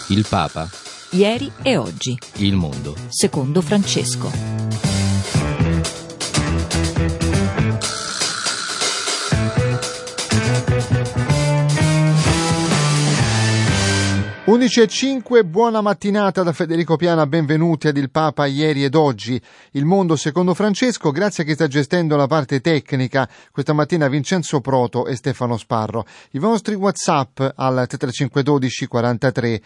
Il Papa. Ieri e oggi. Il mondo. Secondo Francesco. 11:05, buona mattinata da Federico Piana, benvenuti ad Il Papa Ieri ed Oggi, il mondo secondo Francesco, grazie a chi sta gestendo la parte tecnica, questa mattina Vincenzo Proto e Stefano Sparro. I vostri WhatsApp al 3512 43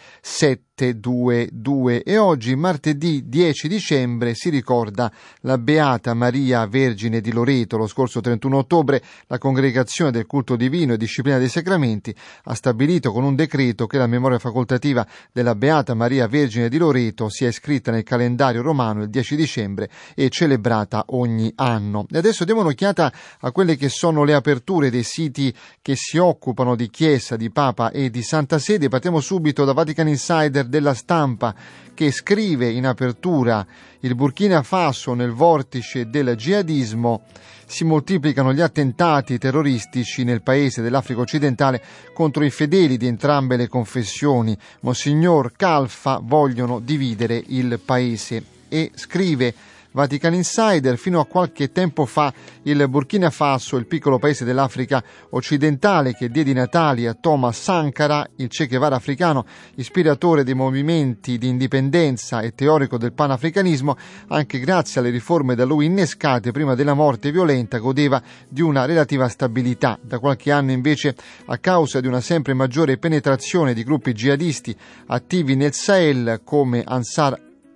722 e oggi, martedì 10 dicembre, si ricorda la Beata Maria Vergine di Loreto. Lo scorso 31 ottobre la Congregazione del Culto Divino e Disciplina dei Sacramenti ha stabilito con un decreto che la memoria facoltativa della Beata Maria Vergine di Loreto sia iscritta nel calendario romano il 10 dicembre e celebrata ogni anno. E adesso diamo un'occhiata a quelle che sono le aperture dei siti che si occupano di Chiesa, di Papa e di Santa Sede. Partiamo subito da Vatican Insider della Stampa, che scrive in apertura: il Burkina Faso nel vortice del jihadismo, si moltiplicano gli attentati terroristici nel paese dell'Africa occidentale contro i fedeli di entrambe le confessioni. Monsignor Calfa vogliono dividere il paese. E scrive Vatican Insider: fino a qualche tempo fa il Burkina Faso, il piccolo paese dell'Africa occidentale che diede i natali a Thomas Sankara, il Che Guevara africano, ispiratore dei movimenti di indipendenza e teorico del panafricanismo, anche grazie alle riforme da lui innescate prima della morte violenta, godeva di una relativa stabilità. Da qualche anno invece, a causa di una sempre maggiore penetrazione di gruppi jihadisti attivi nel Sahel come Ansar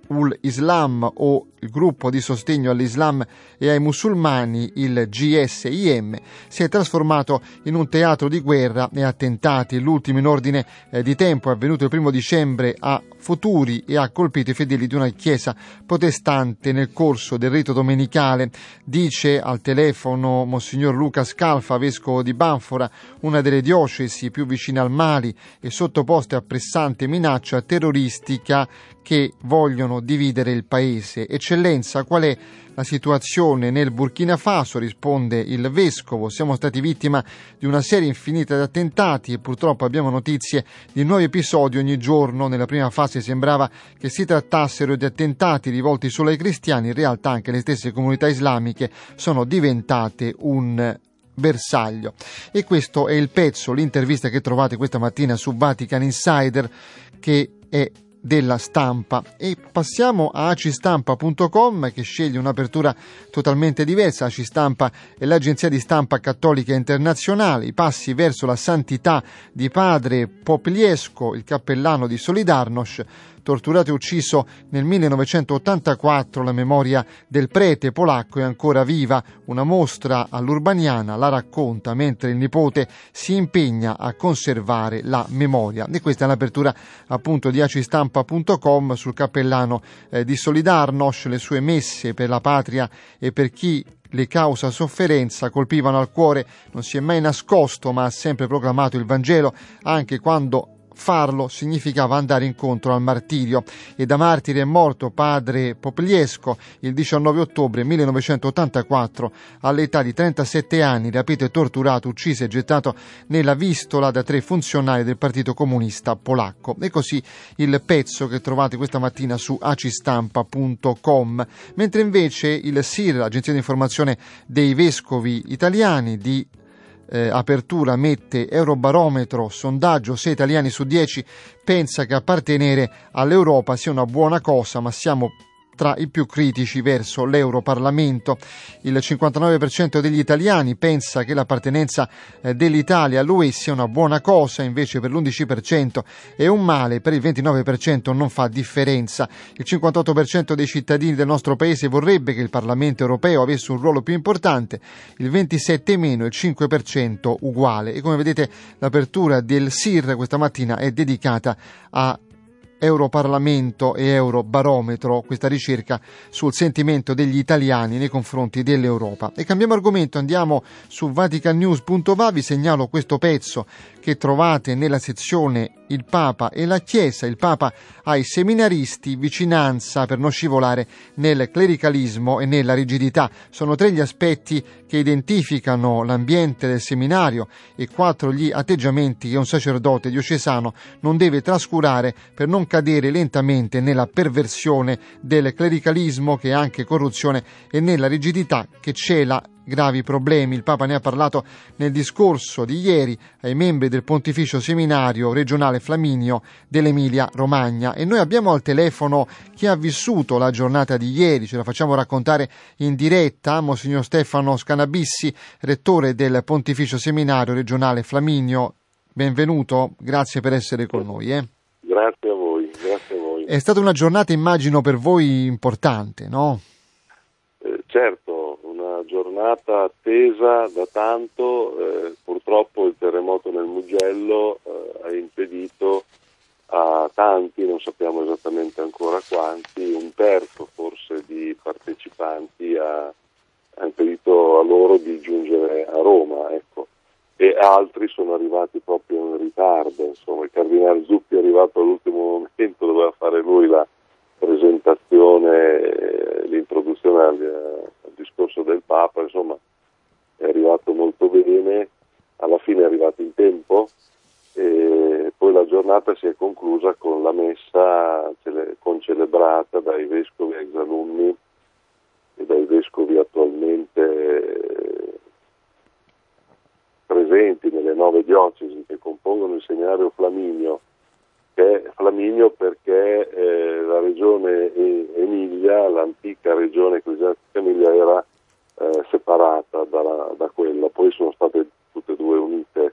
ul-Islam o il gruppo di sostegno all'Islam e ai musulmani, il GSIM, si è trasformato in un teatro di guerra e attentati. L'ultimo in ordine di tempo è avvenuto il 1 dicembre a Futuri e ha colpito i fedeli di una chiesa protestante nel corso del rito domenicale. Dice al telefono Monsignor Lucas Calfa, vescovo di Banfora, una delle diocesi più vicine al Mali e sottoposte a pressante minaccia terroristica, che vogliono dividere il paese. Eccellenza, qual è la situazione nel Burkina Faso? Risponde il vescovo: siamo stati vittima di una serie infinita di attentati e purtroppo abbiamo notizie di nuovi episodi ogni giorno. Nella prima fase sembrava che si trattassero di attentati rivolti solo ai cristiani, in realtà anche le stesse comunità islamiche sono diventate un bersaglio. E questo è il pezzo, l'intervista che trovate questa mattina su Vatican Insider, che è della Stampa. E passiamo a acistampa.com, che sceglie un'apertura totalmente diversa. Acistampa è l'agenzia di stampa cattolica internazionale. I passi verso la santità di padre Popliesco, il cappellano di Solidarnosc, torturato e ucciso nel 1984. La memoria del prete polacco è ancora viva. Una mostra all'Urbaniana la racconta, mentre il nipote si impegna a conservare la memoria. E questa è l'apertura appunto di acistampa.com sul cappellano di Solidarnosc. Le sue messe per la patria e per chi le causa sofferenza colpivano al cuore. Non si è mai nascosto, ma ha sempre proclamato il Vangelo, anche quando farlo significava andare incontro al martirio. E da martire è morto padre Popliesco il 19 ottobre 1984 all'età di 37 anni, rapito e torturato, ucciso e gettato nella vistola da 3 funzionari del Partito Comunista Polacco. E così il pezzo che trovate questa mattina su acistampa.com. Mentre invece il SIR, l'agenzia di informazione dei vescovi italiani, di apertura mette Eurobarometro, sondaggio: 6 italiani su 10 pensa che appartenere all'Europa sia una buona cosa, ma siamo tra i più critici verso l'Europarlamento. Il 59% degli italiani pensa che l'appartenenza dell'Italia all'UE sia una buona cosa, invece per l'11% è un male, per il 29% non fa differenza. Il 58% dei cittadini del nostro paese vorrebbe che il Parlamento europeo avesse un ruolo più importante, il 27% meno, il 5% uguale. E come vedete l'apertura del SIR questa mattina è dedicata a Europarlamento e Eurobarometro, questa ricerca sul sentimento degli italiani nei confronti dell'Europa. E cambiamo argomento, andiamo su vaticannews.va, vi segnalo questo pezzo che trovate nella sezione Il Papa e la Chiesa. Il Papa ai seminaristi, vicinanza per non scivolare nel clericalismo e nella rigidità. Sono 3 gli aspetti che identificano l'ambiente del seminario e 4 gli atteggiamenti che un sacerdote diocesano non deve trascurare per non cadere lentamente nella perversione del clericalismo, che è anche corruzione, e nella rigidità che cela gravi problemi. Il Papa ne ha parlato nel discorso di ieri ai membri del Pontificio Seminario Regionale Flaminio dell'Emilia Romagna. E noi abbiamo al telefono chi ha vissuto la giornata di ieri, ce la facciamo raccontare in diretta, Monsignor Stefano Scanabissi, rettore del Pontificio Seminario Regionale Flaminio. Benvenuto, grazie per essere con noi. Grazie a voi, grazie a voi. È stata una giornata, immagino, per voi importante, no? Certo, una giornata attesa da tanto, purtroppo il terremoto nel Mugello ha impedito a tanti, non sappiamo esattamente ancora quanti, un terzo forse di partecipanti ha impedito a loro di giungere a Roma, ecco. E altri sono arrivati proprio in ritardo, insomma il Cardinale Zuppi è arrivato all'ultimo momento, doveva fare lui la presentazione, l'introduzione al discorso del Papa, insomma è arrivato molto bene, alla fine è arrivato in tempo e poi la giornata si è conclusa con la messa concelebrata dai vescovi ex alunni e dai vescovi attualmente presenti nelle 9 diocesi che compongono il seminario Flaminio, che è Flaminio perché la regione Emilia, l'antica regione ecclesiastica Emilia, era separata da quella, poi sono state tutte e due unite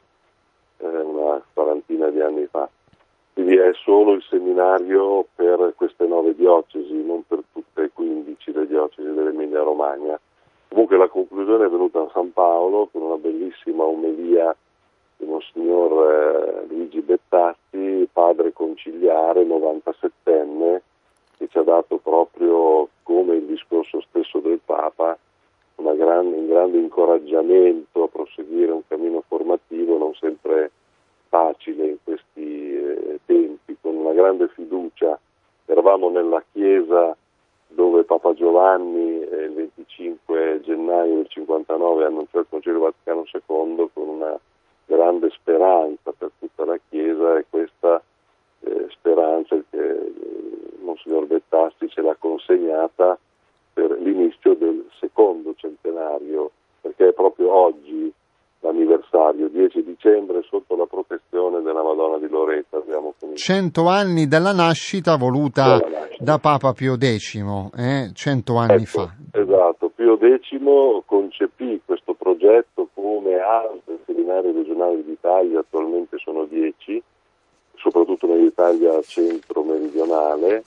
una quarantina di anni fa. Quindi è solo il seminario per queste 9 diocesi, non per tutte e 15 le diocesi dell'Emilia Romagna. Comunque la conclusione è venuta a San Paolo con una bellissima omelia di Monsignor Luigi Bettazzi, padre conciliare, 97enne, che ci ha dato proprio, come il discorso stesso del Papa, un grande incoraggiamento a proseguire un cammino formativo non sempre facile in questi tempi, con una grande fiducia. Eravamo nella chiesa dove Papa Giovanni il 25 gennaio del 59 annunciò il Concilio Vaticano II con una grande speranza per tutta la Chiesa, e questa speranza che Monsignor Bettazzi ce l'ha consegnata per l'inizio del secondo centenario, perché è proprio oggi l'anniversario, 10 dicembre, sotto la protezione della Madonna di Loreto abbiamo cominciato. 100 anni dalla nascita voluta da Papa Pio X, 100 anni fa. Esatto, Pio X concepì questo progetto come altri seminari regionali d'Italia, attualmente sono 10, soprattutto nell'Italia centro-meridionale,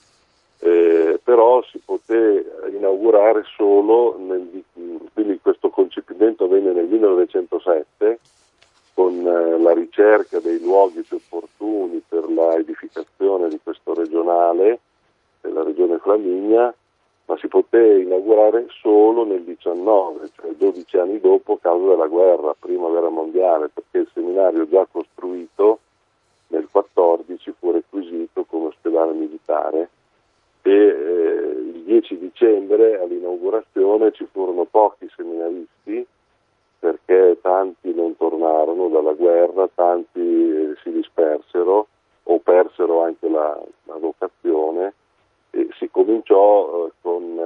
però si poté inaugurare solo quindi questo concepimento avvenne nel 1907 con la ricerca dei luoghi più opportuni per la edificazione di questo regionale, della regione Flaminia, ma si poté inaugurare solo nel 19, cioè 12 anni dopo, a causa della guerra, prima guerra mondiale, perché il seminario già costruito nel 14 fu requisito come ospedale militare. E il 10 dicembre all'inaugurazione ci furono pochi seminaristi perché tanti non tornarono dalla guerra, tanti si dispersero o persero anche la vocazione, e si cominciò con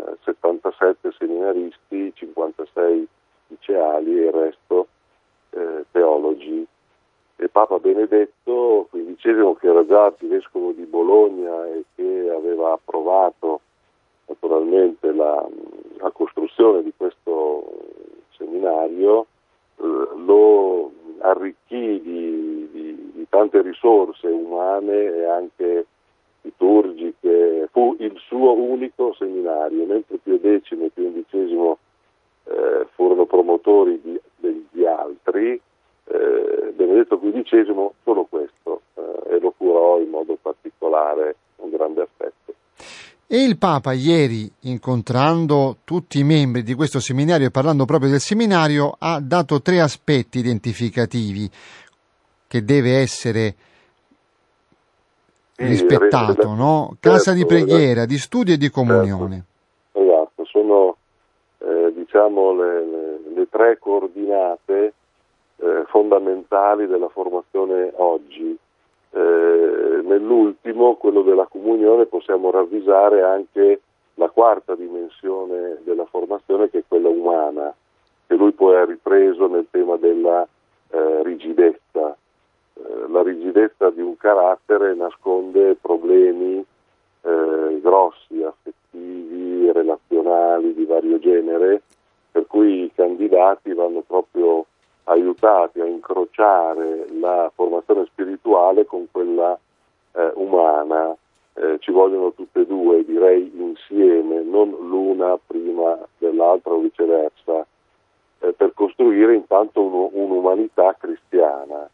77 seminaristi, 56 liceali e il resto teologi. E Papa Benedetto XV, che era già arcivescovo di Bologna e che aveva approvato naturalmente la costruzione di questo seminario, lo arricchì di tante risorse umane e anche liturgiche. Fu il suo unico seminario, mentre Pio X e Pio XI furono promotori di altri. Benedetto XV solo questo, e lo curò in modo particolare E il Papa ieri, incontrando tutti i membri di questo seminario e parlando proprio del seminario, ha dato 3 aspetti identificativi che deve essere rispettato, no? Casa di preghiera, di studio e di comunione. Esatto, sono diciamo le 3 coordinate fondamentali della formazione oggi. Nell'ultimo, quello della comunione, possiamo ravvisare anche la 4ª dimensione della formazione, che è quella umana, che lui poi ha ripreso nel tema della rigidezza. La rigidezza di un carattere nasconde problemi grossi, affettivi, relazionali di vario genere, per cui i candidati vanno proprio aiutati a incrociare la formazione spirituale con quella umana. Ci vogliono tutte e 2, direi insieme, non l'una prima dell'altra o viceversa, per costruire intanto un'umanità cristiana.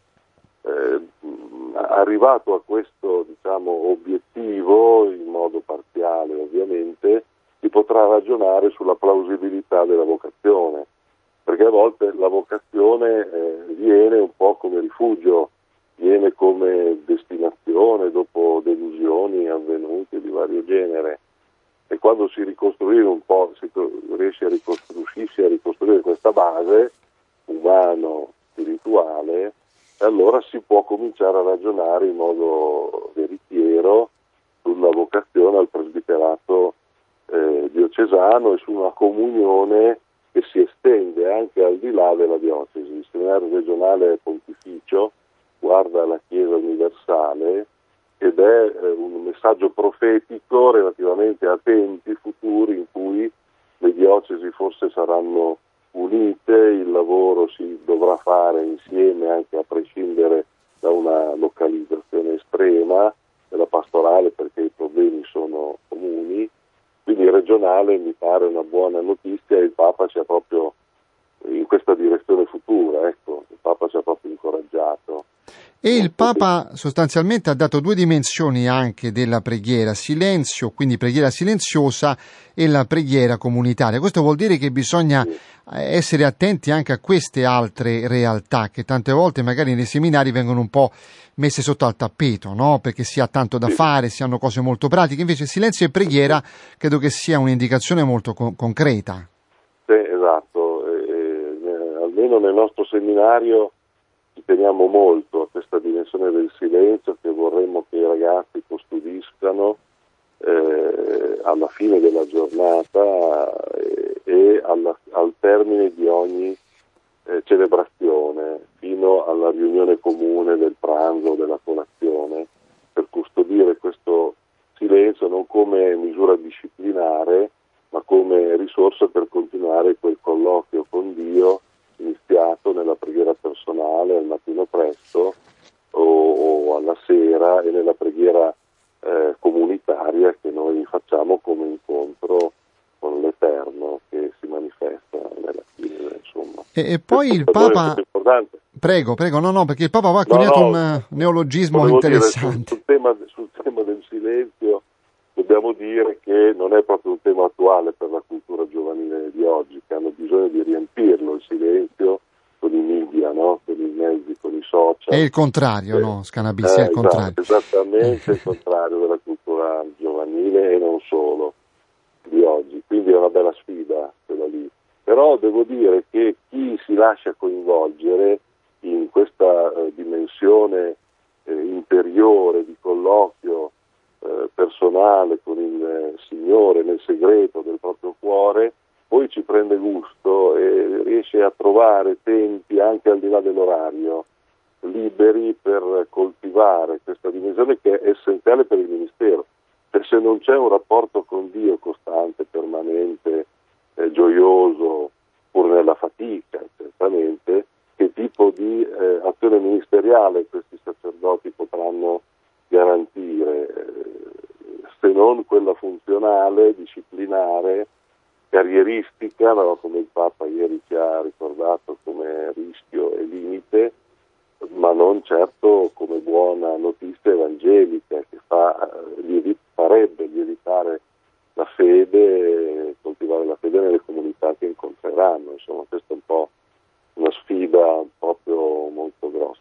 Arrivato a questo obiettivo, in modo parziale ovviamente, si potrà ragionare sulla plausibilità della vocazione, perché a volte la vocazione viene un po' come rifugio, viene come destinazione dopo delusioni avvenute di vario genere, e quando si ricostruisce un po', si riesce a ricostruire questa base umano-spirituale, allora si può cominciare a ragionare in modo veritiero sulla vocazione al presbiterato diocesano e su una comunione che si estende anche al di là della diocesi. Il seminario regionale pontificio guarda la Chiesa universale ed è un messaggio profetico relativamente a tempi futuri in cui le diocesi forse saranno unite, il lavoro si dovrà fare insieme anche a prescindere da una localizzazione estrema della pastorale, perché i problemi sono comuni. Quindi il regionale mi pare una buona notizia, e il Papa ci ha proprio in questa direzione futura, ecco, il Papa ci ha proprio incoraggiato. E il Papa sostanzialmente ha dato 2 dimensioni anche della preghiera: silenzio, quindi preghiera silenziosa, e la preghiera comunitaria. Questo vuol dire che bisogna essere attenti anche a queste altre realtà che tante volte magari nei seminari vengono un po' messe sotto al tappeto, no? Perché si ha tanto da fare, si hanno cose molto pratiche. Invece silenzio e preghiera credo che sia un'indicazione molto concreta. Sì, esatto. Almeno nel nostro seminario ci teniamo molto a questa dimensione del silenzio, che vorremmo che i ragazzi custodiscano alla fine della giornata e al termine di ogni celebrazione, fino alla riunione comune del pranzo, della colazione, per custodire questo silenzio non come misura disciplinare, ma come risorsa per continuare quel colloquio con Dio iniziato nella preghiera personale al mattino presto o alla sera, e nella preghiera comunitaria che noi facciamo come incontro con l'Eterno che si manifesta nella Chiesa, insomma. E poi il Papa... Prego, no, perché il Papa ha coniato un neologismo interessante. Sul tema del silenzio dobbiamo dire che non è proprio un tema attuale per la cultura giovanile di oggi, che hanno bisogno di riempirlo il silenzio con i media, no? Con i mezzi, con i social. È il contrario, no, Scanabissi, è il contrario. Esattamente il contrario della cultura giovanile, e non solo, di oggi. Quindi è una bella sfida quella lì. Però devo dire che chi si lascia coinvolgere in questa dimensione interiore di colloquio personale con il Signore nel segreto del proprio cuore, poi ci prende gusto e riesce a trovare tempi anche al di là dell'orario liberi per coltivare questa dimensione, che è essenziale per il ministero. Se non c'è un rapporto con Dio costante, permanente, gioioso, pur nella fatica, certamente, che tipo di azione ministeriale questi sacerdoti potranno garantire, se non quella funzionale, disciplinare, carrieristica, no? Come il Papa ieri ci ha ricordato come rischio e limite, ma non certo come buona notizia evangelica che farebbe lievitare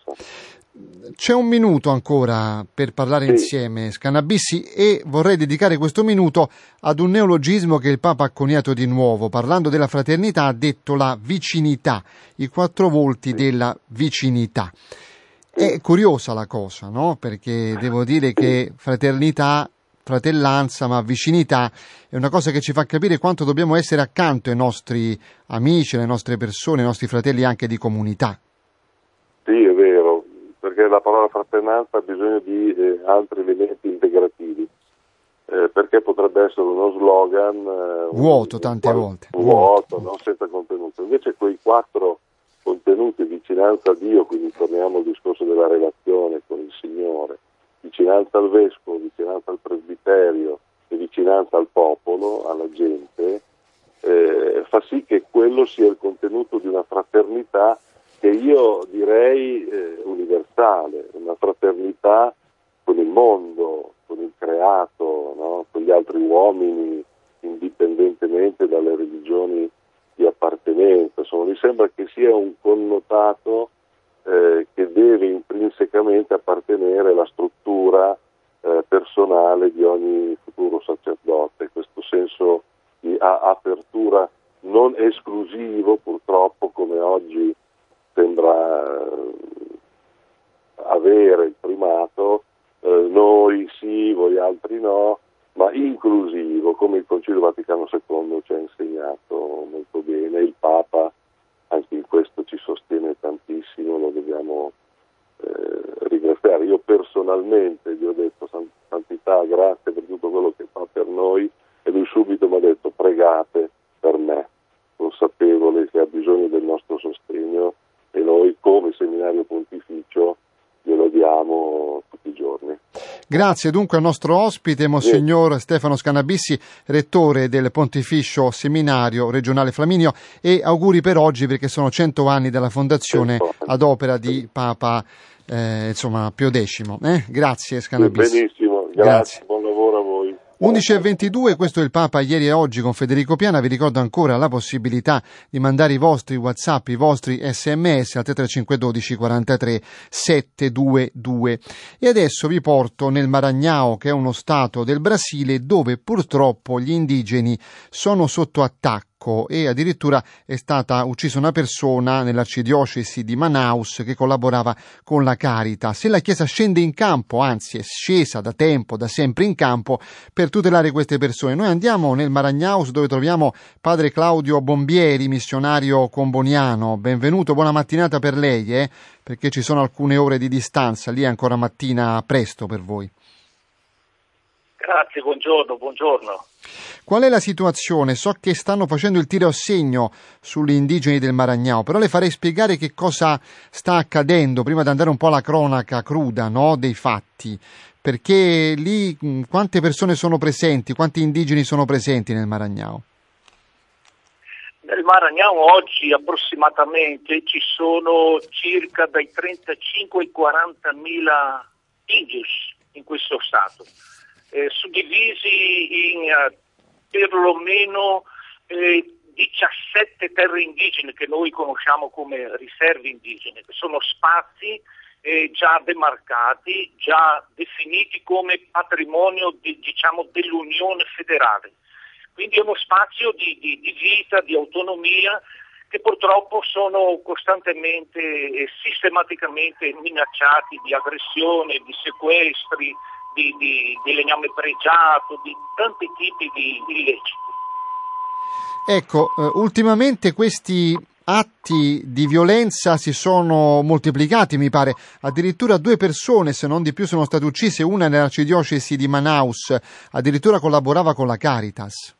certo. C'è un minuto ancora per parlare insieme, Scannabissi, e vorrei dedicare questo minuto ad un neologismo che il Papa ha coniato di nuovo. Parlando della fraternità ha detto la vicinità, i 4 volti della vicinità. È curiosa la cosa, no? Perché devo dire che fraternità, fratellanza, ma vicinità è una cosa che ci fa capire quanto dobbiamo essere accanto ai nostri amici, alle nostre persone, ai nostri fratelli anche di comunità. Sì, è vero, perché la parola fraternanza ha bisogno di altri elementi integrativi, perché potrebbe essere uno slogan vuoto tante volte, vuoto, no? Senza contenuto. Invece quei 4 contenuti: vicinanza a Dio, quindi torniamo al discorso della relazione con il Signore, vicinanza al Vescovo, vicinanza al Presbiterio e vicinanza al popolo, alla gente, fa sì che quello sia il contenuto di una fraternità che io direi universale, una fraternità con il mondo, con il creato, no? Con gli altri uomini, indipendentemente dalle religioni di appartenenza. Insomma, mi sembra che sia un connotato che deve intrinsecamente appartenere alla struttura personale di ogni futuro sacerdote, questo senso di apertura non esclusivo, purtroppo, come oggi sembra avere il primato, noi sì, voi altri no, ma inclusivo, come il Concilio Vaticano II ci ha insegnato molto bene. Il Papa anche in questo ci sostiene tantissimo, lo dobbiamo ringraziare. Io personalmente gli ho detto: Santità, grazie per tutto quello che fa per noi, e lui subito mi ha detto: pregate per me, consapevole che ha bisogno del nostro sostegno, e noi come Seminario Pontificio glielo diamo tutti i giorni. Grazie dunque al nostro ospite, Monsignor Stefano Scannabissi, rettore del Pontificio Seminario Regionale Flaminio, e auguri per oggi, perché sono 100 anni dalla fondazione ad opera di Papa Pio X. Grazie Scannabissi. Benissimo, grazie, buon lavoro a voi. 11:22, questo è il Papa ieri e oggi con Federico Piana. Vi ricordo ancora la possibilità di mandare i vostri WhatsApp, i vostri SMS al 3512 43 722. E adesso vi porto nel Maranhão, che è uno stato del Brasile dove purtroppo gli indigeni sono sotto attacco, e addirittura è stata uccisa una persona nell'arcidiocesi di Manaus che collaborava con la Caritas. E la Chiesa scende in campo, anzi è scesa da tempo, da sempre in campo, per tutelare queste persone. Noi andiamo nel Maranhão, dove troviamo padre Claudio Bombieri, missionario comboniano. Benvenuto, buona mattinata per lei, perché ci sono alcune ore di distanza, lì è ancora mattina presto per voi. Grazie, buongiorno. Qual è la situazione? So che stanno facendo il tiro a segno sugli indigeni del Maranhão, però le farei spiegare che cosa sta accadendo prima di andare un po' alla cronaca cruda, no, dei fatti, perché lì quante persone sono presenti, quanti indigeni sono presenti nel Maranhão? Nel Maranhão oggi approssimatamente ci sono circa dai 35 ai 40 mila indios in questo stato, suddivisi in perlomeno 17 terre indigene che noi conosciamo come riserve indigene, che sono spazi già demarcati, già definiti come patrimonio dell'Unione federale. Quindi è uno spazio di vita, di autonomia, che purtroppo sono costantemente e sistematicamente minacciati di aggressione, di sequestri, di legname pregiato, di tanti tipi di illeciti. Ecco, ultimamente questi atti di violenza si sono moltiplicati, mi pare. Addirittura 2 persone, se non di più, sono state uccise, una nell'arcidiocesi di Manaus, addirittura collaborava con la Caritas.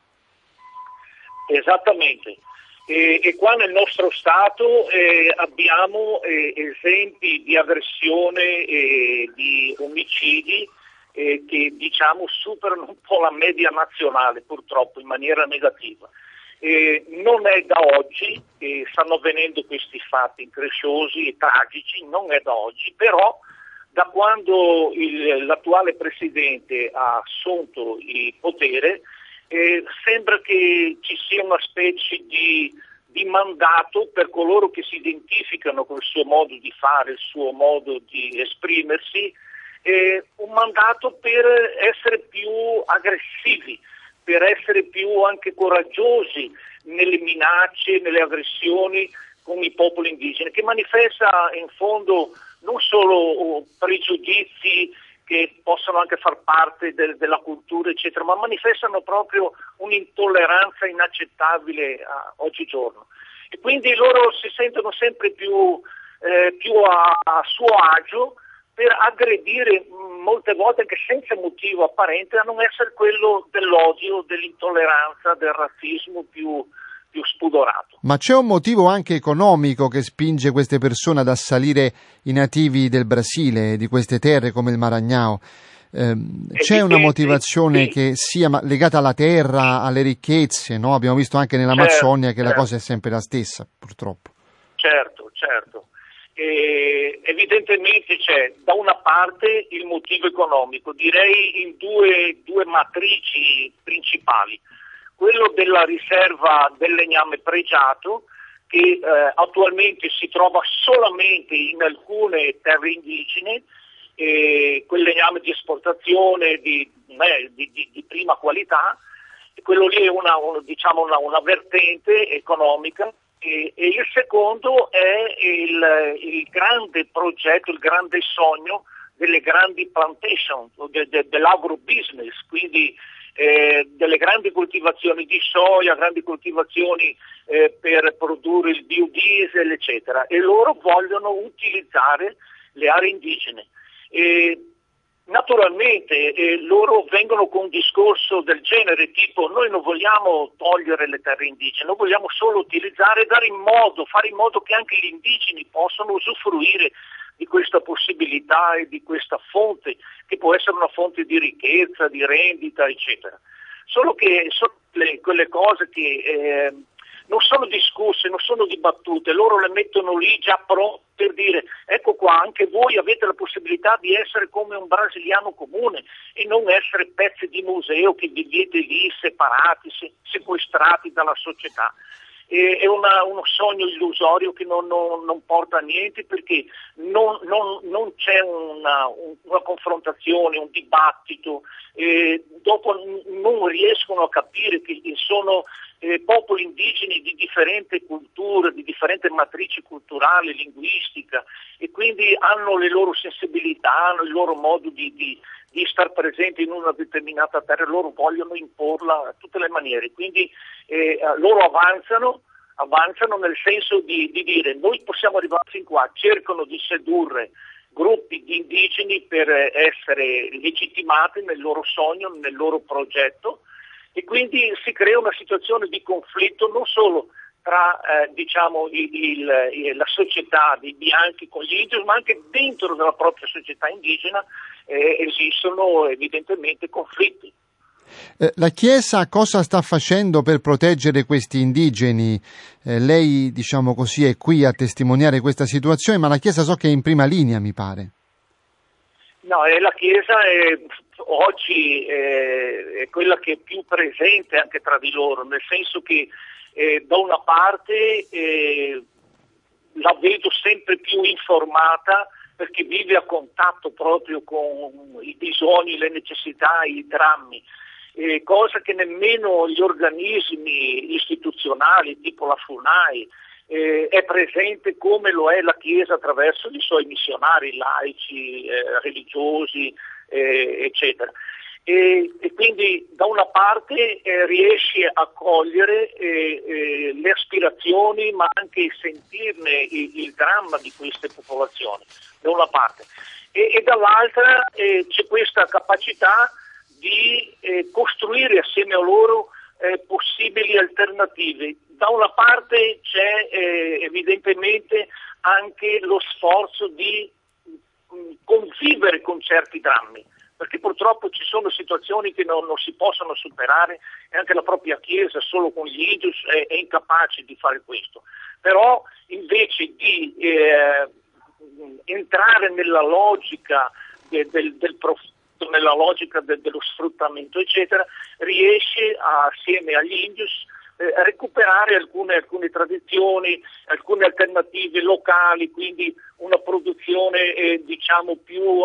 Esattamente. E qua nel nostro Stato abbiamo esempi di aggressione e di omicidi che superano un po' la media nazionale, purtroppo in maniera negativa. Non è da oggi che stanno avvenendo questi fatti incresciosi e tragici, non è da oggi, però da quando l'attuale Presidente ha assunto il potere sembra che ci sia una specie di di mandato per coloro che si identificano col suo modo di fare, il suo modo di esprimersi, un mandato per essere più aggressivi, per essere più anche coraggiosi nelle minacce, nelle aggressioni con i popoli indigeni, che manifesta in fondo non solo pregiudizi che possono anche far parte della cultura, eccetera, ma manifestano proprio un'intolleranza inaccettabile oggigiorno. E quindi loro si sentono sempre più a suo agio per aggredire molte volte anche senza motivo apparente, a non essere quello dell'odio, dell'intolleranza, del razzismo più spudorato. Ma c'è un motivo anche economico che spinge queste persone ad assalire i nativi del Brasile, di queste terre come il Maranhão? C'è una motivazione che sia legata alla terra, alle ricchezze, no? Abbiamo visto anche nell'Amazzonia che la cosa è sempre la stessa, purtroppo. Certo. Evidentemente c'è da una parte il motivo economico, direi in due matrici principali. Quello della riserva del legname pregiato, che attualmente si trova solamente in alcune terre indigene, quel legname di esportazione di prima qualità. Quello lì è una vertente economica. E il secondo è il grande progetto, il grande sogno delle grandi plantation, dell'agrobusiness, quindi delle grandi coltivazioni di soia, grandi coltivazioni per produrre il biodiesel, eccetera, e loro vogliono utilizzare le aree indigene. Naturalmente loro vengono con un discorso del genere, tipo: noi non vogliamo togliere le terre indigene, noi vogliamo solo utilizzare e fare in modo che anche gli indigeni possano usufruire di questa possibilità e di questa fonte, che può essere una fonte di ricchezza, di rendita, eccetera. Solo che sono quelle cose che non sono discusse, non sono dibattute, loro le mettono lì già pronte per dire: ecco qua, anche voi avete la possibilità di essere come un brasiliano comune e non essere pezzi di museo che vivete lì separati, sequestrati dalla società. È uno sogno illusorio che non porta a niente, perché non c'è una confrontazione, un dibattito, dopo non riescono a capire che sono popoli indigeni di differente cultura, di differente matrice culturale, linguistica, e quindi hanno le loro sensibilità, hanno il loro modo di star presenti in una determinata terra, loro vogliono imporla a tutte le maniere, quindi loro avanzano nel senso di dire: noi possiamo arrivare fin qua, cercano di sedurre gruppi di indigeni per essere legittimati nel loro sogno, nel loro progetto, e quindi si crea una situazione di conflitto non solo tra la società dei bianchi con gli indigeni, ma anche dentro della propria società indigena esistono evidentemente conflitti. La Chiesa cosa sta facendo per proteggere questi indigeni? Lei, diciamo così, è qui a testimoniare questa situazione, ma la Chiesa so che è in prima linea, mi pare. No, la Chiesa oggi è quella che è più presente anche tra di loro, nel senso che da una parte la vedo sempre più informata, perché vive a contatto proprio con i bisogni, le necessità, i drammi, cosa che nemmeno gli organismi istituzionali tipo la FUNAI è presente come lo è la Chiesa attraverso i suoi missionari laici, religiosi, eccetera. E quindi da una parte riesce a cogliere le aspirazioni, ma anche sentirne il dramma di queste popolazioni, da una parte, e dall'altra c'è questa capacità di costruire assieme a loro possibili alternative. Da una parte c'è evidentemente anche lo sforzo di convivere con certi drammi, perché purtroppo ci sono situazioni che non si possono superare, e anche la propria Chiesa solo con gli indios è incapace di fare questo. Però invece di entrare nella logica del profitto, nella logica dello sfruttamento, eccetera, riesce assieme agli indios recuperare alcune tradizioni, alcune alternative locali, quindi una produzione diciamo più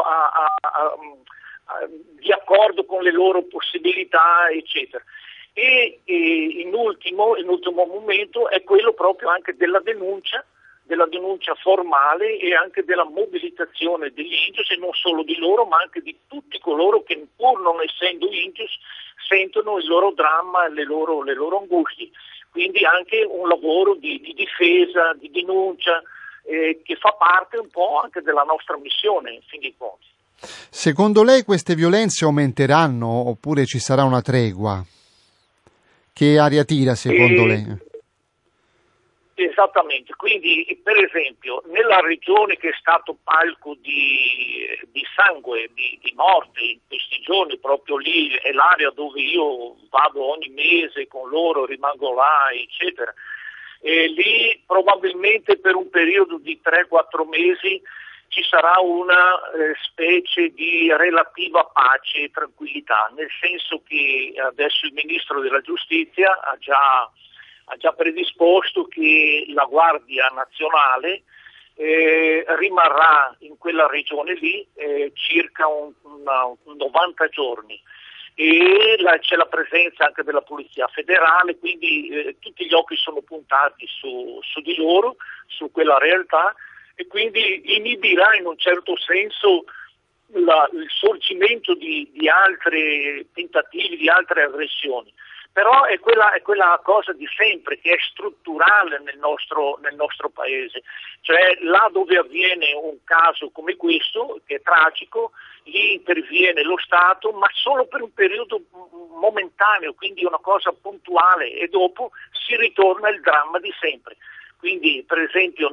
di accordo con le loro possibilità, eccetera. E in ultimo momento è quello proprio anche della denuncia formale e anche della mobilitazione degli Indios, e non solo di loro ma anche di tutti coloro che, pur non essendo Indios, sentono il loro dramma e le loro angustie. Quindi anche un lavoro di difesa, di denuncia, che fa parte un po' anche della nostra missione, in fin dei conti. Secondo lei queste violenze aumenteranno oppure ci sarà una tregua? Che aria tira secondo lei? Esattamente, quindi per esempio nella regione che è stato palco di sangue, di morte in questi giorni, proprio lì è l'area dove io vado ogni mese con loro, rimango là, eccetera, e lì probabilmente per un periodo di 3-4 mesi ci sarà una specie di relativa pace e tranquillità, nel senso che adesso il Ministro della Giustizia ha già predisposto che la Guardia Nazionale rimarrà in quella regione lì circa 90 giorni e c'è la presenza anche della Polizia Federale, quindi tutti gli occhi sono puntati su di loro, su quella realtà, e quindi inibirà in un certo senso il sorgimento di altri tentativi, di altre aggressioni. Però è quella cosa di sempre che è strutturale nel nostro paese, cioè là dove avviene un caso come questo, che è tragico, lì interviene lo Stato, ma solo per un periodo momentaneo, quindi una cosa puntuale, e dopo si ritorna al dramma di sempre. Quindi per esempio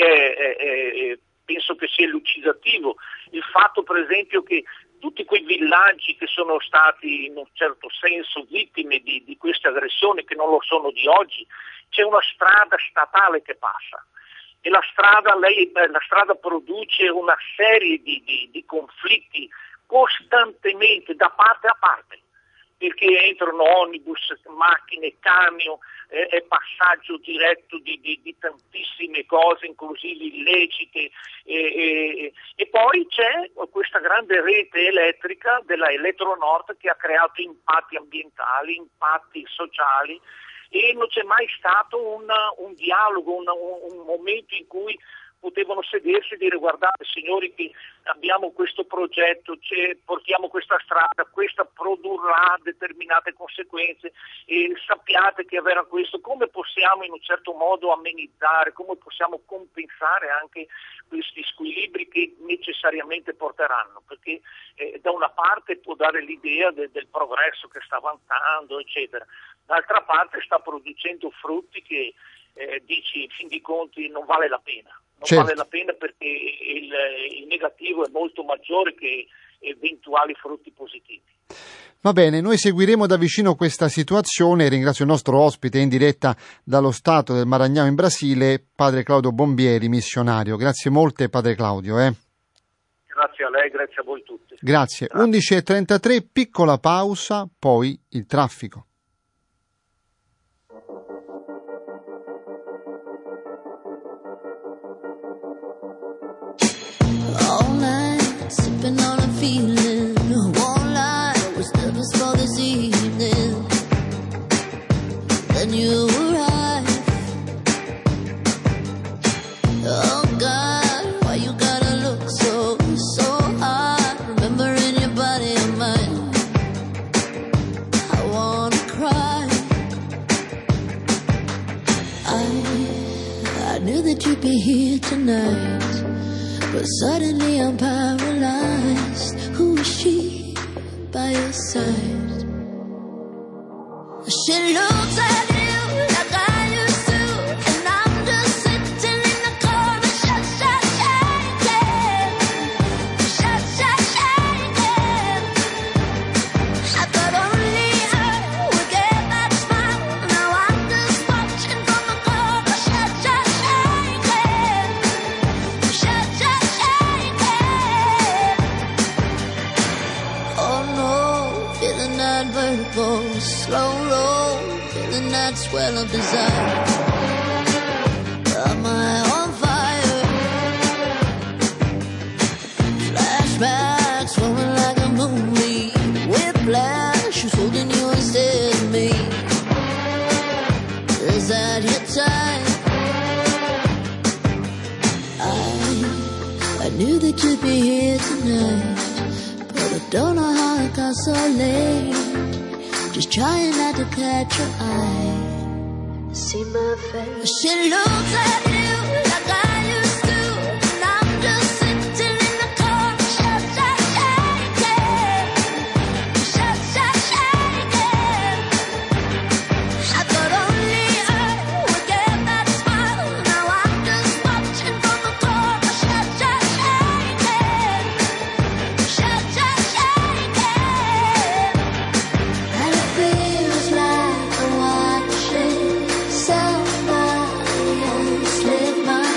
penso che sia elucidativo il fatto per esempio che tutti quei villaggi che sono stati in un certo senso vittime di queste aggressioni, che non lo sono di oggi, c'è una strada statale che passa e la strada produce una serie di conflitti costantemente da parte a parte, perché entrano omnibus, macchine, camion, è passaggio diretto di tantissime cose, inclusive illecite, e poi c'è questa grande rete elettrica della Elettronord che ha creato impatti ambientali, impatti sociali, e non c'è mai stato un dialogo, un momento in cui potevano sedersi e dire: guardate signori che abbiamo questo progetto, portiamo questa strada, questa produrrà determinate conseguenze e sappiate che avverrà questo, come possiamo in un certo modo amenizzare, come possiamo compensare anche questi squilibri che necessariamente porteranno, perché da una parte può dare l'idea del progresso che sta avanzando, eccetera, d'altra parte sta producendo frutti che dici in fin dei conti non vale la pena. Certo. Vale la pena perché il negativo è molto maggiore che eventuali frutti positivi. Va bene, noi seguiremo da vicino questa situazione. Ringrazio il nostro ospite in diretta dallo Stato del Maranhão in Brasile, padre Claudio Bombieri, missionario. Grazie molte, padre Claudio. Grazie a lei, grazie a voi tutti. Grazie. 11:33, piccola pausa, poi il traffico. Sipping on a feeling, won't lie, was nervous for this evening. Then you arrived. Oh God, why you gotta look so hard? Remembering your body and mine, I wanna cry. I knew that you'd be here tonight, but suddenly I'm paralyzed. Who is she by your side? She looks at you like I used to, and I'm just sitting in the corner, shaking. I thought only her would get that smile. Now I'm just watching from the corner, shaking. Oh no, feeling that vertigo, slow roll, feeling that nights well of desire. Am I on fire? Flashbacks flowing like a movie. Whiplash, who's holding you instead of me? Is that your time? I knew that you'd be here tonight, but I don't know how it got so late. Just trying not to catch your eye. See my face. She looks at you like I used to, and I'm just sitting in the corner, shaking. I thought only I would get that smile. Now I'm just watching from the corner, shaking. And it feels like I'm watching somebody else live my life.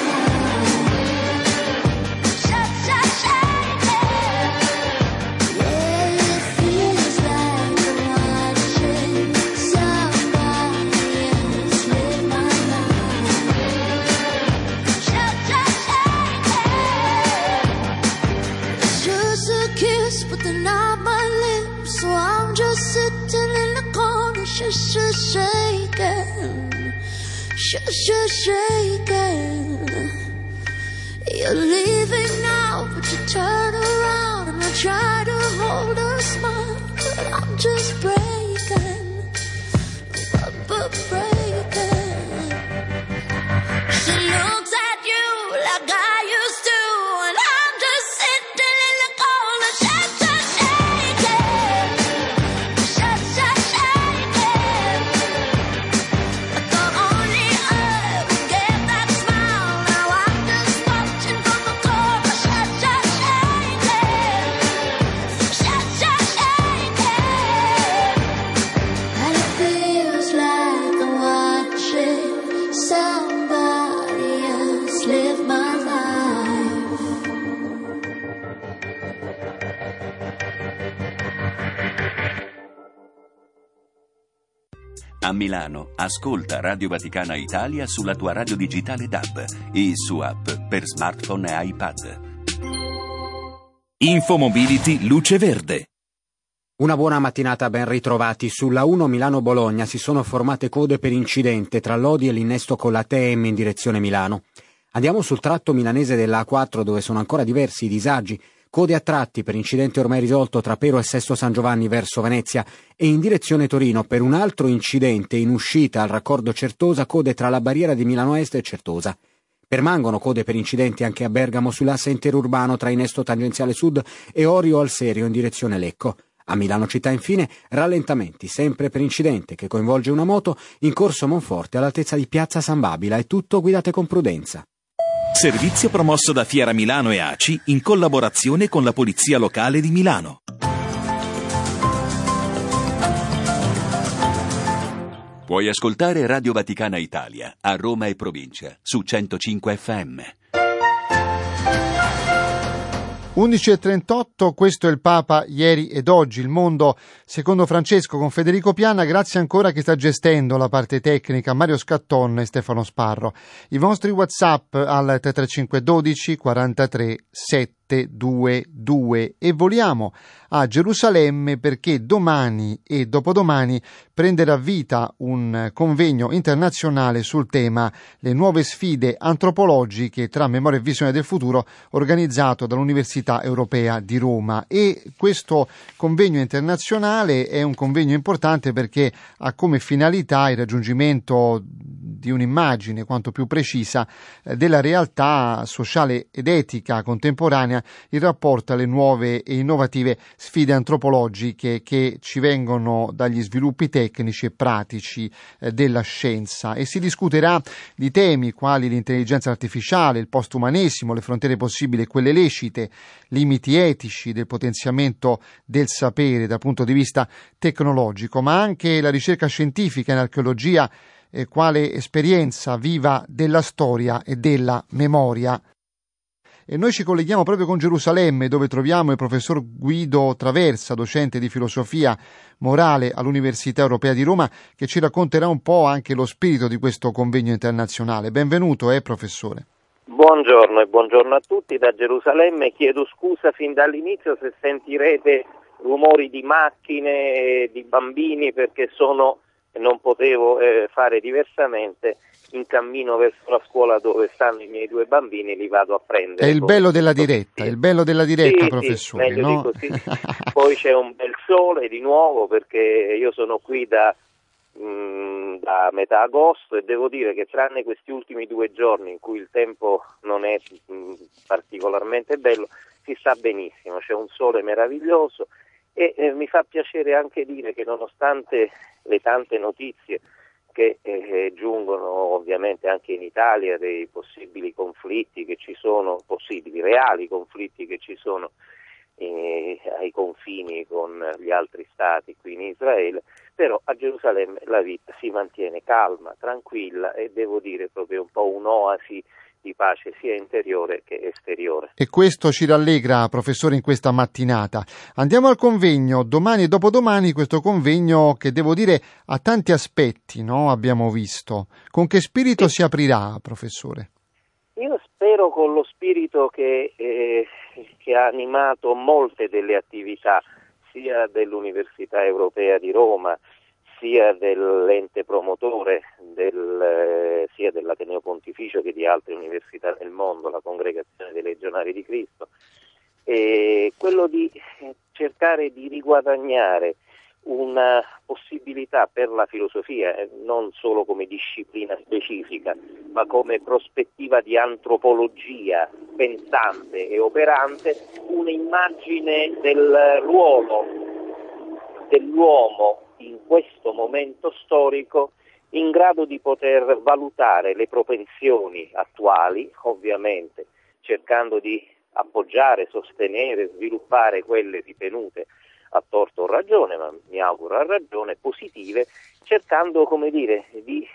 Yeah, it feels like I'm watching somebody else live my life. It's just a kiss, but they're not my lips, so I'm just sitting in the corner, shaking. You're leaving now, but you turn around and I try to hold a smile, but I'm just breaking, breaking. She looks at you like I used to, and I'm just sitting in the corner, shaking. I thought only I would get that smile. Now I'm just watching from the corner, and it feels like I'm watching somebody else live my life. A Milano, ascolta Radio Vaticana Italia sulla tua radio digitale DAB e su app per smartphone e iPad. Infomobility Luce Verde. Una buona mattinata, ben ritrovati. Sulla 1 Milano-Bologna si sono formate code per incidente tra Lodi e l'innesto con la TM in direzione Milano. Andiamo sul tratto milanese della A4, dove sono ancora diversi i disagi. Code a tratti per incidente ormai risolto tra Pero e Sesto San Giovanni verso Venezia, e in direzione Torino per un altro incidente in uscita al raccordo Certosa, code tra la barriera di Milano Est e Certosa. Permangono code per incidenti anche a Bergamo sull'asse interurbano tra Innesto Tangenziale Sud e Orio al Serio in direzione Lecco. A Milano città infine rallentamenti sempre per incidente che coinvolge una moto in corso Monforte all'altezza di Piazza San Babila. È tutto, guidate con prudenza. Servizio promosso da Fiera Milano e ACI in collaborazione con la Polizia Locale di Milano. Puoi ascoltare Radio Vaticana Italia a Roma e provincia su 105 FM. 11.38, questo è il Papa ieri ed oggi, il mondo secondo Francesco, con Federico Piana. Grazie ancora a chi sta gestendo la parte tecnica, Mario Scatton e Stefano Sparro. I vostri WhatsApp al 335 12 43 722 e voliamo a Gerusalemme perché domani e dopodomani prenderà vita un convegno internazionale sul tema Le nuove sfide antropologiche tra memoria e visione del futuro, organizzato dall'Università Europea di Roma. E questo convegno internazionale è un convegno importante perché ha come finalità il raggiungimento di un'immagine quanto più precisa della realtà sociale ed etica contemporanea in rapporto alle nuove e innovative sfide antropologiche che ci vengono dagli sviluppi tecnici e pratici della scienza, e si discuterà di temi quali l'intelligenza artificiale, il postumanesimo, le frontiere possibili e quelle lecite, limiti etici del potenziamento del sapere dal punto di vista tecnologico, ma anche la ricerca scientifica in archeologia quale esperienza viva della storia e della memoria. e noi ci colleghiamo proprio con Gerusalemme, dove troviamo il professor Guido Traversa, docente di filosofia morale all'Università Europea di Roma, che ci racconterà un po' anche lo spirito di questo convegno internazionale. Benvenuto, professore. Buongiorno e buongiorno a tutti da Gerusalemme. Chiedo scusa fin dall'inizio se sentirete rumori di macchine e di bambini, perché non potevo fare diversamente, in cammino verso la scuola dove stanno i miei 2 bambini, li vado a prendere. È il bello della diretta, sì, professore, meglio no? di così. Poi c'è un bel sole di nuovo, perché io sono qui da metà agosto, e devo dire che tranne questi ultimi 2 giorni in cui il tempo non è particolarmente bello, si sta benissimo, c'è un sole meraviglioso e mi fa piacere anche dire che, nonostante le tante notizie che giungono ovviamente anche in Italia dei possibili conflitti che ci sono, possibili reali conflitti che ci sono ai confini con gli altri stati qui in Israele, però a Gerusalemme la vita si mantiene calma, tranquilla, e devo dire proprio un po' un'oasi di pace sia interiore che esteriore. E questo ci rallegra, professore, in questa mattinata. Andiamo al convegno. Domani e dopodomani questo convegno che, devo dire, ha tanti aspetti, no? Abbiamo visto. Con che spirito si aprirà, professore? Io spero con lo spirito che ha animato molte delle attività, sia dell'Università Europea di Roma, sia dell'ente promotore, sia dell'Ateneo Pontificio che di altre università del mondo, la Congregazione dei Legionari di Cristo, e quello di cercare di riguadagnare una possibilità per la filosofia, non solo come disciplina specifica, ma come prospettiva di antropologia pensante e operante, un'immagine del ruolo dell'uomo in questo momento storico, in grado di poter valutare le propensioni attuali, ovviamente cercando di appoggiare, sostenere, sviluppare quelle ritenute, a torto o ragione, ma mi auguro a ragione, positive, cercando, come dire, di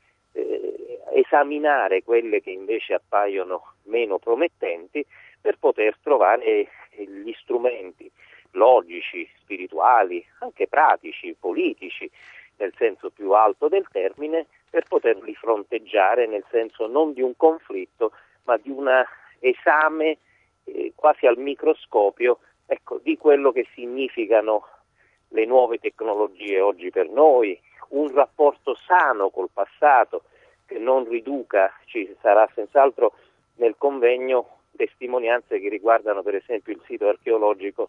esaminare quelle che invece appaiono meno promettenti, per poter trovare gli strumenti logici, spirituali, anche pratici, politici, nel senso più alto del termine, per poterli fronteggiare nel senso non di un conflitto, ma di un esame quasi al microscopio, di quello che significano le nuove tecnologie oggi per noi, un rapporto sano col passato che non riduca. Ci sarà senz'altro nel convegno testimonianze che riguardano per esempio il sito archeologico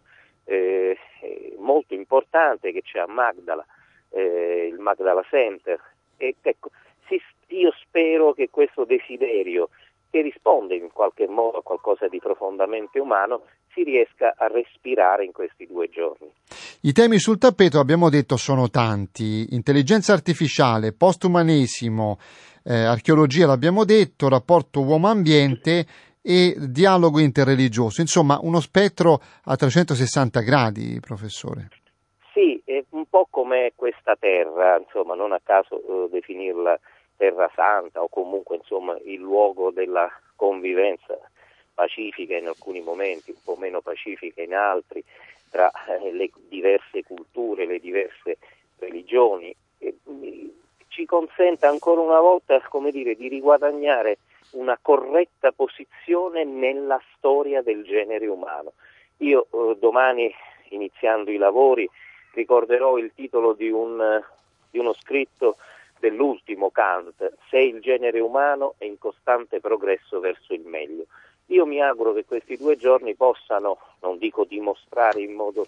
molto importante che c'è a Magdala, il Magdala Center, e io spero che questo desiderio, che risponde in qualche modo a qualcosa di profondamente umano, si riesca a respirare in questi 2 giorni. I temi sul tappeto, abbiamo detto, sono tanti: intelligenza artificiale, postumanesimo, archeologia, l'abbiamo detto, rapporto uomo-ambiente e dialogo interreligioso. Insomma, uno spettro a 360 gradi, professore. Sì, è un po' come questa terra, insomma, non a caso definirla terra santa, o comunque insomma il luogo della convivenza pacifica in alcuni momenti, un po' meno pacifica in altri, tra le diverse culture, le diverse religioni, e ci consente ancora una volta, come dire, di riguadagnare una corretta posizione nella storia del genere umano. Io domani, iniziando i lavori, ricorderò il titolo di uno scritto dell'ultimo Kant: Se il genere umano è in costante progresso verso il meglio. Io mi auguro che questi 2 giorni possano, non dico dimostrare in modo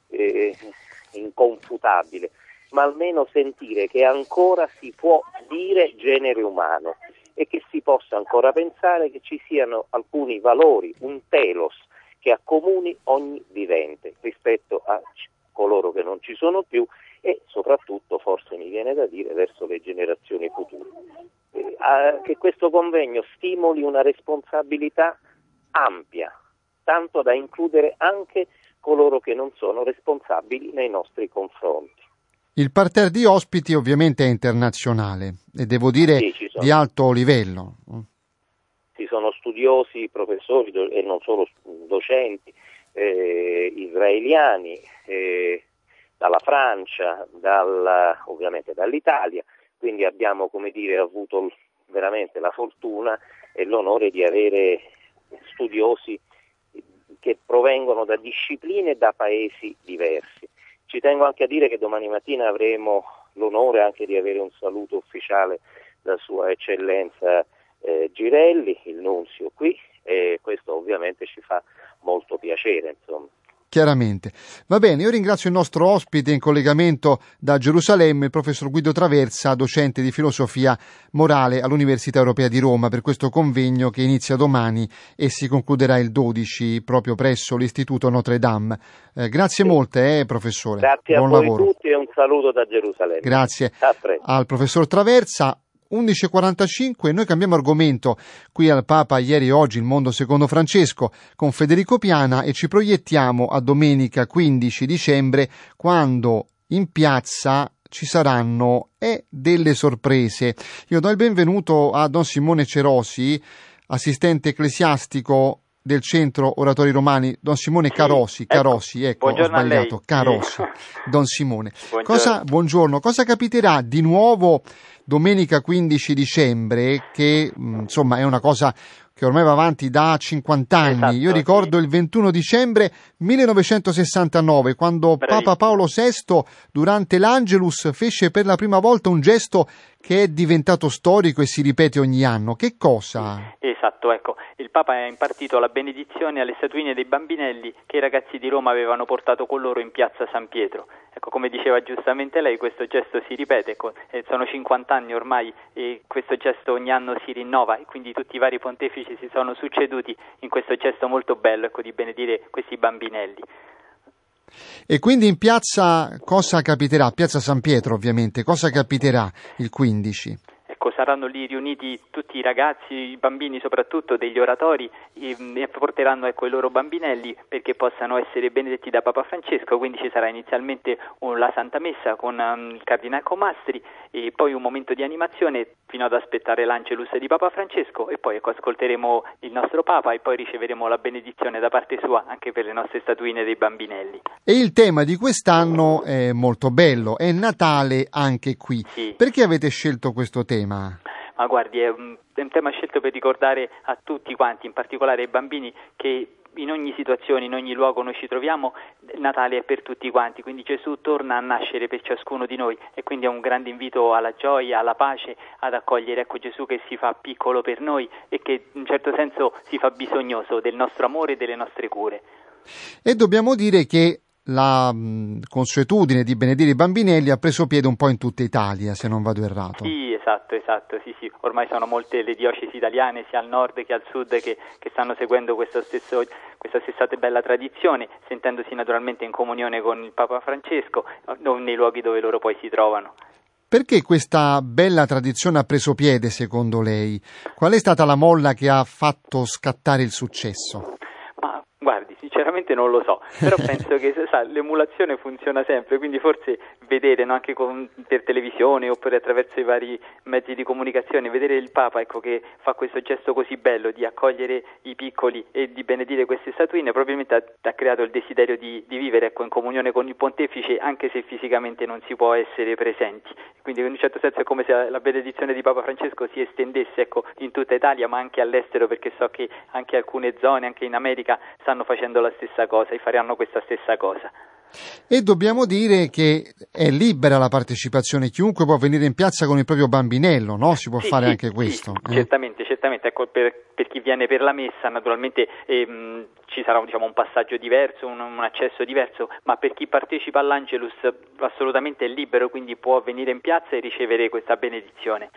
inconfutabile, ma almeno sentire che ancora si può dire genere umano, e che si possa ancora pensare che ci siano alcuni valori, un telos, che accomuni ogni vivente rispetto a coloro che non ci sono più, e soprattutto, forse mi viene da dire, verso le generazioni future. Che questo convegno stimoli una responsabilità ampia, tanto da includere anche coloro che non sono responsabili nei nostri confronti. Il parterre di ospiti ovviamente è internazionale e devo dire di alto livello. Ci sono studiosi, professori e non solo docenti israeliani, dalla Francia, ovviamente dall'Italia, quindi abbiamo, come dire, avuto veramente la fortuna e l'onore di avere studiosi che provengono da discipline e da paesi diversi. Ci tengo anche a dire che domani mattina avremo l'onore anche di avere un saluto ufficiale da Sua Eccellenza Girelli, il nunzio qui, e questo ovviamente ci fa molto piacere, insomma. Chiaramente. Va bene, io ringrazio il nostro ospite in collegamento da Gerusalemme, il professor Guido Traversa, docente di filosofia morale all'Università Europea di Roma, per questo convegno che inizia domani e si concluderà il 12 proprio presso l'Istituto Notre Dame. Grazie molte, professore. Grazie Buon a voi lavoro. tutti e un saluto da Gerusalemme. Grazie A al professor Traversa. 11.45, noi cambiamo argomento qui al Papa Ieri e Oggi, il mondo secondo Francesco, con Federico Piana, e ci proiettiamo a domenica 15 dicembre, quando in piazza ci saranno delle sorprese. Io do il benvenuto a Don Simone Cerosi, assistente ecclesiastico del Centro Oratori Romani. Don Simone Carosi, ecco, ho sbagliato, Carosi, Don Simone. Buongiorno, cosa capiterà di nuovo domenica 15 dicembre, che insomma è una cosa che ormai va avanti da 50 anni. Esatto, io ricordo il 21 dicembre 1969, quando Papa Paolo VI, durante l'Angelus, fece per la prima volta un gesto che è diventato storico e si ripete ogni anno. Che cosa? Esatto, ecco, il Papa ha impartito la benedizione alle statuine dei bambinelli che i ragazzi di Roma avevano portato con loro in piazza San Pietro. Ecco, come diceva giustamente lei, questo gesto si ripete, sono 50 anni ormai e questo gesto ogni anno si rinnova, e quindi tutti i vari pontefici si sono succeduti in questo gesto molto bello, ecco, di benedire questi bambinelli. E quindi in piazza cosa capiterà? Piazza San Pietro, ovviamente, cosa capiterà il 15? Ecco, saranno lì riuniti tutti i ragazzi, i bambini soprattutto degli oratori, e porteranno i loro bambinelli perché possano essere benedetti da Papa Francesco. Quindi ci sarà inizialmente la Santa Messa con il Cardinale Comastri e poi un momento di animazione fino ad aspettare l'Angelus di Papa Francesco, e poi ascolteremo il nostro Papa e poi riceveremo la benedizione da parte sua anche per le nostre statuine dei bambinelli. E il tema di quest'anno è molto bello, è Natale anche qui. Sì. Perché avete scelto questo tema? Ma guardi, è un tema scelto per ricordare a tutti quanti, in particolare ai bambini, che in ogni situazione, in ogni luogo noi ci troviamo, Natale è per tutti quanti, quindi Gesù torna a nascere per ciascuno di noi, e quindi è un grande invito alla gioia, alla pace, ad accogliere Gesù che si fa piccolo per noi e che in un certo senso si fa bisognoso del nostro amore e delle nostre cure. E dobbiamo dire che la consuetudine di benedire i bambinelli ha preso piede un po' in tutta Italia, se non vado errato. Sì, esatto, sì. Ormai sono molte le diocesi italiane, sia al nord che al sud, che stanno seguendo questa stessa bella tradizione, sentendosi naturalmente in comunione con il Papa Francesco nei luoghi dove loro poi si trovano. Perché questa bella tradizione ha preso piede, secondo lei? Qual è stata la molla che ha fatto scattare il successo? Ma guardi, sinceramente non lo so, però penso che l'emulazione funziona sempre, quindi forse vedere anche per televisione oppure attraverso i vari mezzi di comunicazione, vedere il Papa che fa questo gesto così bello di accogliere i piccoli e di benedire queste statuine, probabilmente ha creato il desiderio di vivere in comunione con il pontefice, anche se fisicamente non si può essere presenti. Quindi in un certo senso è come se la benedizione di Papa Francesco si estendesse in tutta Italia, ma anche all'estero, perché so che anche alcune zone, anche in America, stanno facendo la stessa cosa e faranno questa stessa cosa. E dobbiamo dire che è libera la partecipazione, chiunque può venire in piazza con il proprio bambinello, no? Si può fare anche questo. Sì, certamente. Ecco, per chi viene per la messa, naturalmente ci sarà un passaggio diverso, un accesso diverso, ma per chi partecipa all'Angelus assolutamente è libero, quindi può venire in piazza e ricevere questa benedizione.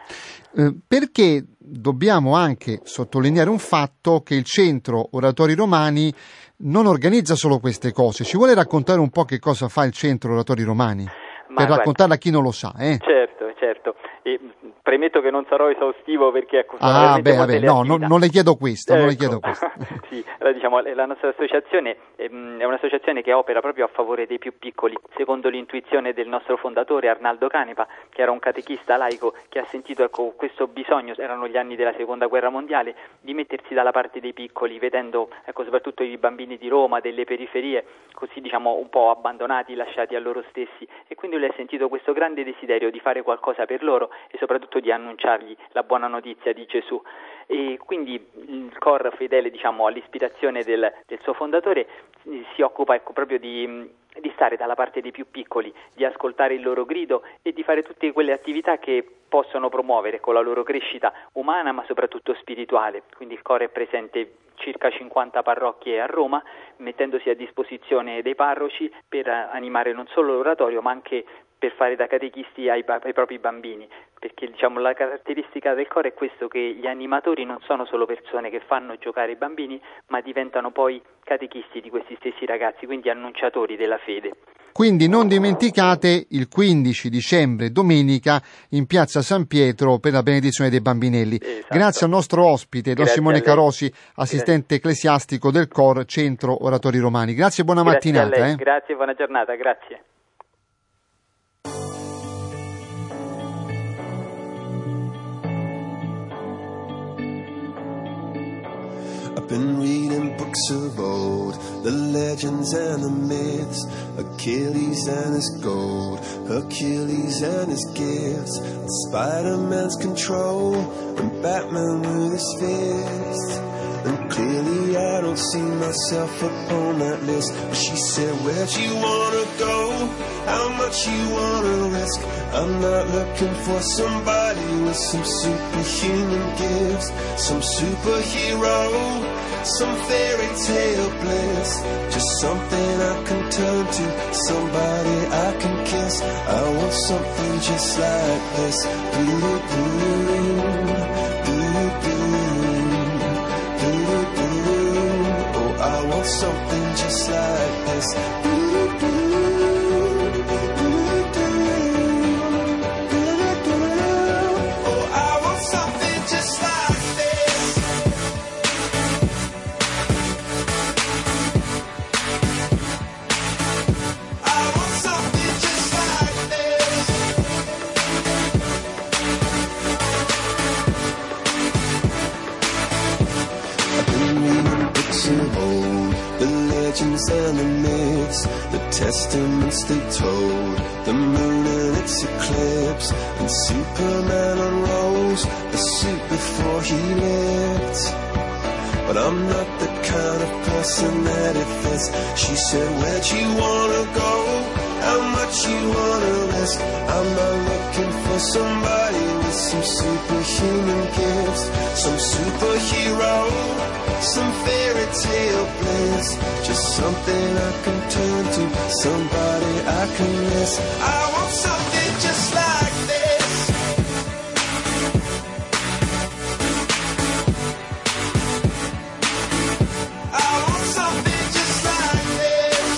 Perché dobbiamo anche sottolineare un fatto, che il Centro Oratori Romani non organizza solo queste cose. Ci vuole raccontare un po' che cosa fa il Centro Oratori Romani? Per raccontarla a chi non lo sa. Certo. e premetto che non sarò esaustivo perché ecco, sono non le chiedo questo, non le chiedo questo. Sì, allora, diciamo, la nostra associazione è un'associazione che opera proprio a favore dei più piccoli, secondo l'intuizione del nostro fondatore Arnaldo Canepa, che era un catechista laico che ha sentito questo bisogno, erano gli anni della seconda guerra mondiale, di mettersi dalla parte dei piccoli, vedendo soprattutto i bambini di Roma, delle periferie, così diciamo un po' abbandonati, lasciati a loro stessi, e quindi lui ha sentito questo grande desiderio di fare qualcosa per loro e soprattutto di annunciargli la buona notizia di Gesù. E quindi il COR, fedele diciamo all'ispirazione del suo fondatore, si occupa proprio di stare dalla parte dei più piccoli, di ascoltare il loro grido e di fare tutte quelle attività che possono promuovere con la loro crescita umana ma soprattutto spirituale. Quindi il COR è presente circa 50 parrocchie a Roma, mettendosi a disposizione dei parroci per animare non solo l'oratorio ma anche per fare da catechisti ai propri bambini, perché diciamo la caratteristica del coro è questo, che gli animatori non sono solo persone che fanno giocare i bambini, ma diventano poi catechisti di questi stessi ragazzi, quindi annunciatori della fede. Quindi non dimenticate il 15 dicembre, domenica, in piazza San Pietro per la benedizione dei bambinelli. Esatto. Grazie al nostro ospite, Don Simone Carosi, assistente ecclesiastico del COR Centro Oratori Romani. Grazie e buona mattinata. A lei. Grazie, buona giornata, grazie. I've been reading books of old, the legends and the myths, Achilles and his gold, Hercules and his gifts, and Spider-Man's control, and Batman with his fists. And clearly I don't see myself upon that list. But she said, where'd you wanna go? How much you wanna risk? I'm not looking for somebody with some superhuman gifts, some superhero, some fairy tale bliss. Just something I can turn to, somebody I can kiss. I want something just like this. I want something just like this. Oh, I want something just like this. I want something just like this. I've been reading books of old, the legends and the myths, the testaments they told, the moon and its eclipse, and Superman unrolls the suit before he lived. But I'm not the kind of person that it fits. She said, where'd you wanna go? How much you wanna risk? I'm not looking for somebody with some superhuman gifts, some superhero, some fairy tale bliss. Just something I can turn to, somebody I can miss. I want something just like this. I want something just like this.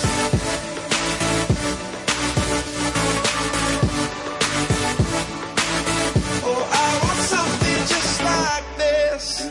Oh, I want something just like this.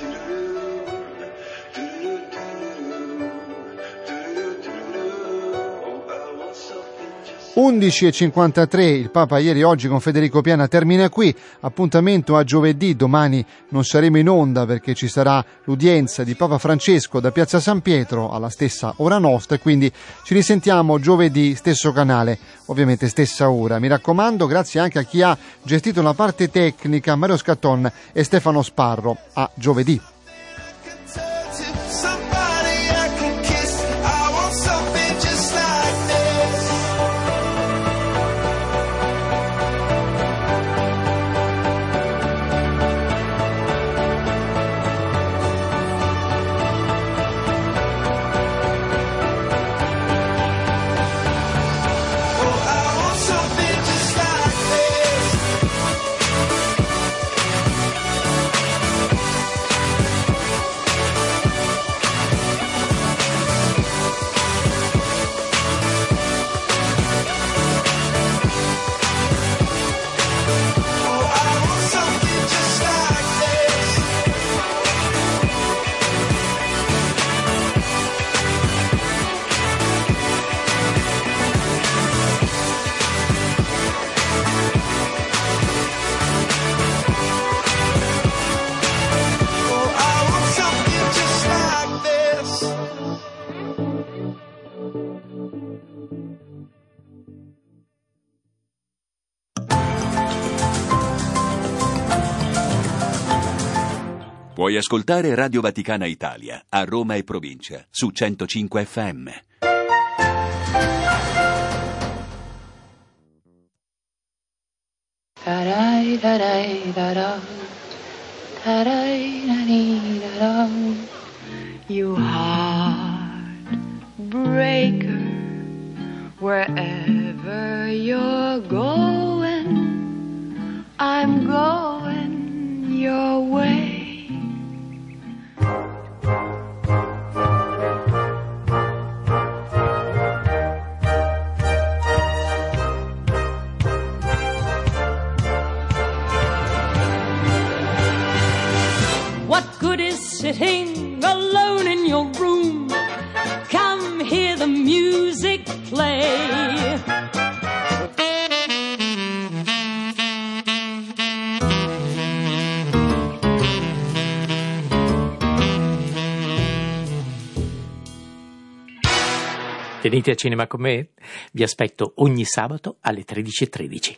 11:53, il Papa ieri e oggi con Federico Piana termina qui. Appuntamento a giovedì, domani non saremo in onda perché ci sarà l'udienza di Papa Francesco da piazza San Pietro alla stessa ora nostra, e quindi ci risentiamo giovedì, stesso canale, ovviamente stessa ora. Mi raccomando, grazie anche a chi ha gestito la parte tecnica, Mario Scatton e Stefano Sparro. A giovedì. Puoi ascoltare Radio Vaticana Italia a Roma e provincia su 105 FM. You heartbreaker, wherever you're going, I'm going your way. What good is sitting alone in your room? Come hear the music play. Venite a cinema con me? Vi aspetto ogni sabato alle 13:13.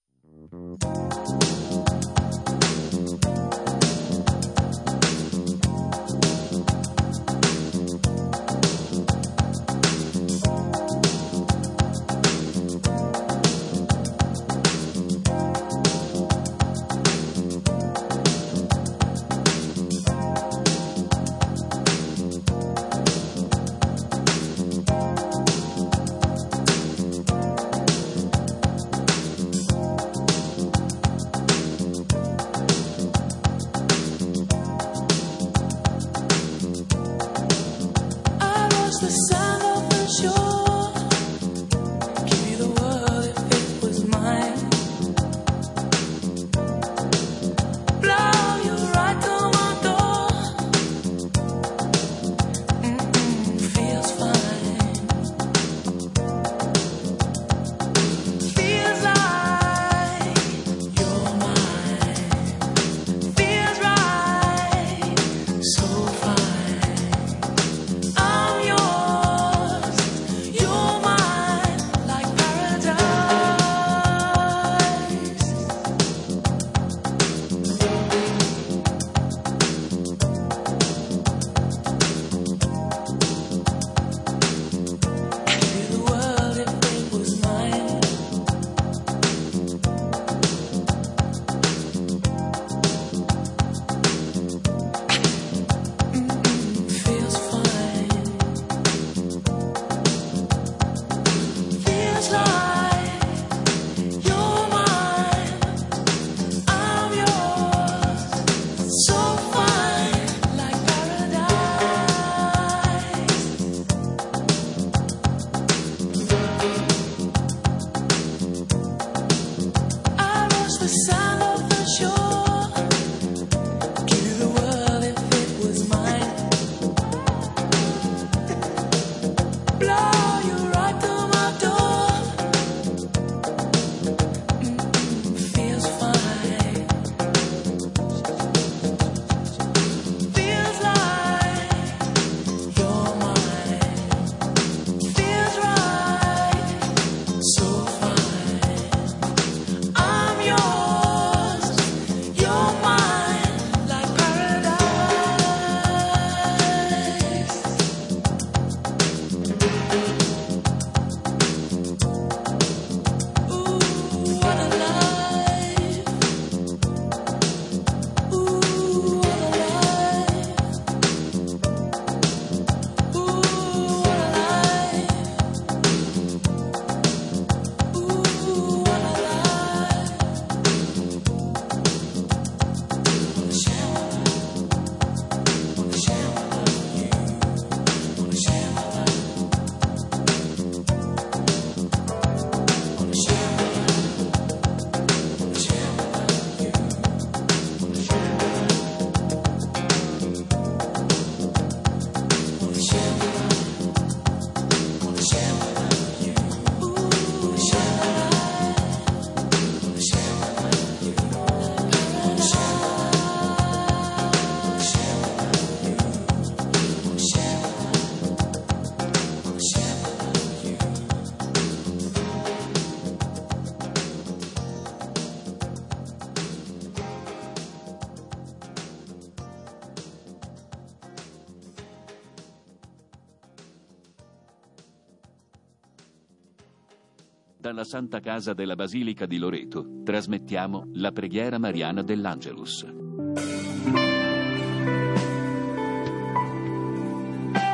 The sound of the shore. Give me the world if it was mine. Blow you right to my door. Feels fine. Feels like you're mine. Feels right, so fine. I'm yours. Dalla Santa Casa della Basilica di Loreto trasmettiamo la preghiera mariana dell'Angelus.